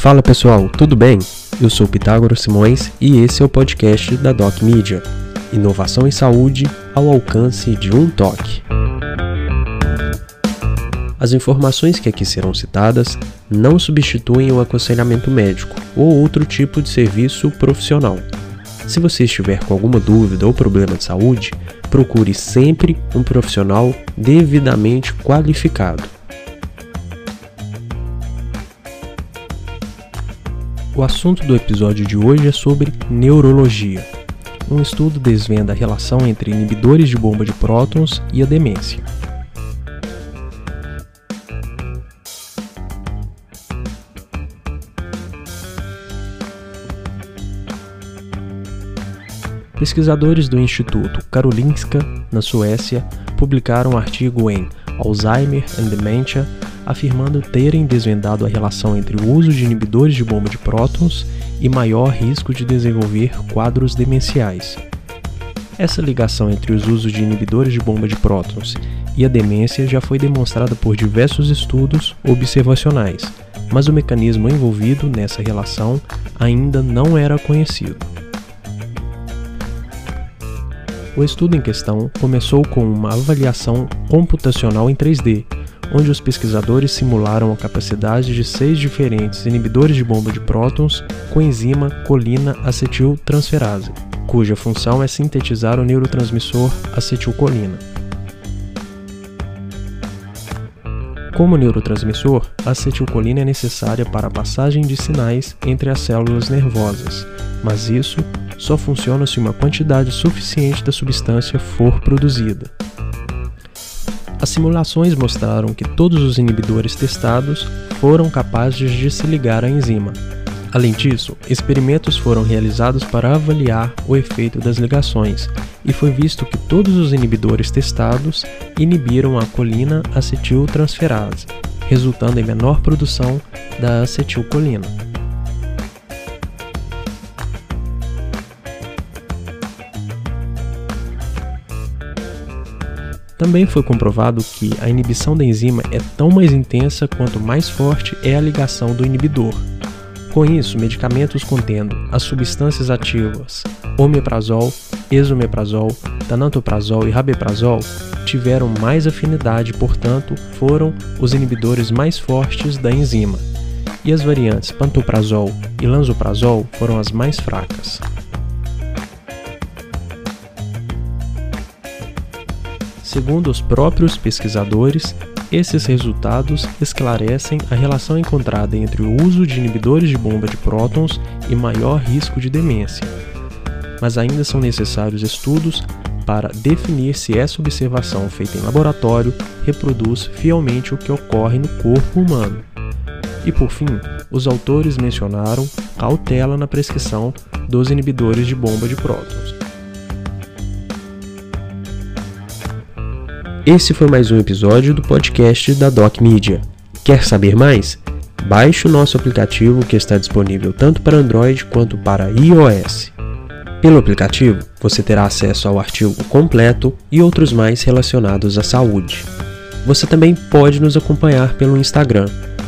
Fala pessoal, tudo bem? Eu sou Pitágoras Simões e esse é o podcast da Doc Media. Inovação em saúde ao alcance de um toque. As informações que aqui serão citadas não substituem o aconselhamento médico ou outro tipo de serviço profissional. Se você estiver com alguma dúvida ou problema de saúde, procure sempre um profissional devidamente qualificado. O assunto do episódio de hoje é sobre neurologia. Um estudo desvenda a relação entre inibidores de bomba de prótons e a demência. Pesquisadores do Instituto Karolinska, na Suécia, publicaram um artigo em Alzheimer and Dementia, afirmando terem desvendado a relação entre o uso de inibidores de bomba de prótons e maior risco de desenvolver quadros demenciais. Essa ligação entre os usos de inibidores de bomba de prótons e a demência já foi demonstrada por diversos estudos observacionais, mas o mecanismo envolvido nessa relação ainda não era conhecido. O estudo em questão começou com uma avaliação computacional em 3D, onde os pesquisadores simularam a capacidade de 6 diferentes inibidores de bomba de prótons com enzima colina-acetiltransferase, cuja função é sintetizar o neurotransmissor acetilcolina. Como neurotransmissor, a acetilcolina é necessária para a passagem de sinais entre as células nervosas, mas isso só funciona se uma quantidade suficiente da substância for produzida. As simulações mostraram que todos os inibidores testados foram capazes de se ligar à enzima. Além disso, experimentos foram realizados para avaliar o efeito das ligações, e foi visto que todos os inibidores testados inibiram a colina-acetiltransferase, resultando em menor produção da acetilcolina. Também foi comprovado que a inibição da enzima é tão mais intensa quanto mais forte é a ligação do inibidor. Com isso, medicamentos contendo as substâncias ativas omeprazol, esomeprazol, tanantoprazol e rabeprazol tiveram mais afinidade, portanto, foram os inibidores mais fortes da enzima, e as variantes pantoprazol e lansoprazol foram as mais fracas. Segundo os próprios pesquisadores, esses resultados esclarecem a relação encontrada entre o uso de inibidores de bomba de prótons e maior risco de demência, mas ainda são necessários estudos para definir se essa observação feita em laboratório reproduz fielmente o que ocorre no corpo humano. E por fim, os autores mencionaram cautela na prescrição dos inibidores de bomba de prótons. Esse foi mais um episódio do podcast da Doc Media. Quer saber mais? Baixe o nosso aplicativo que está disponível tanto para Android quanto para iOS. Pelo aplicativo, você terá acesso ao artigo completo e outros mais relacionados à saúde. Você também pode nos acompanhar pelo Instagram,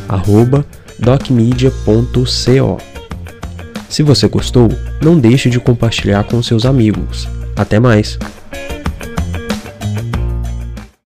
@docmedia.co. Se você gostou, não deixe de compartilhar com seus amigos. Até mais!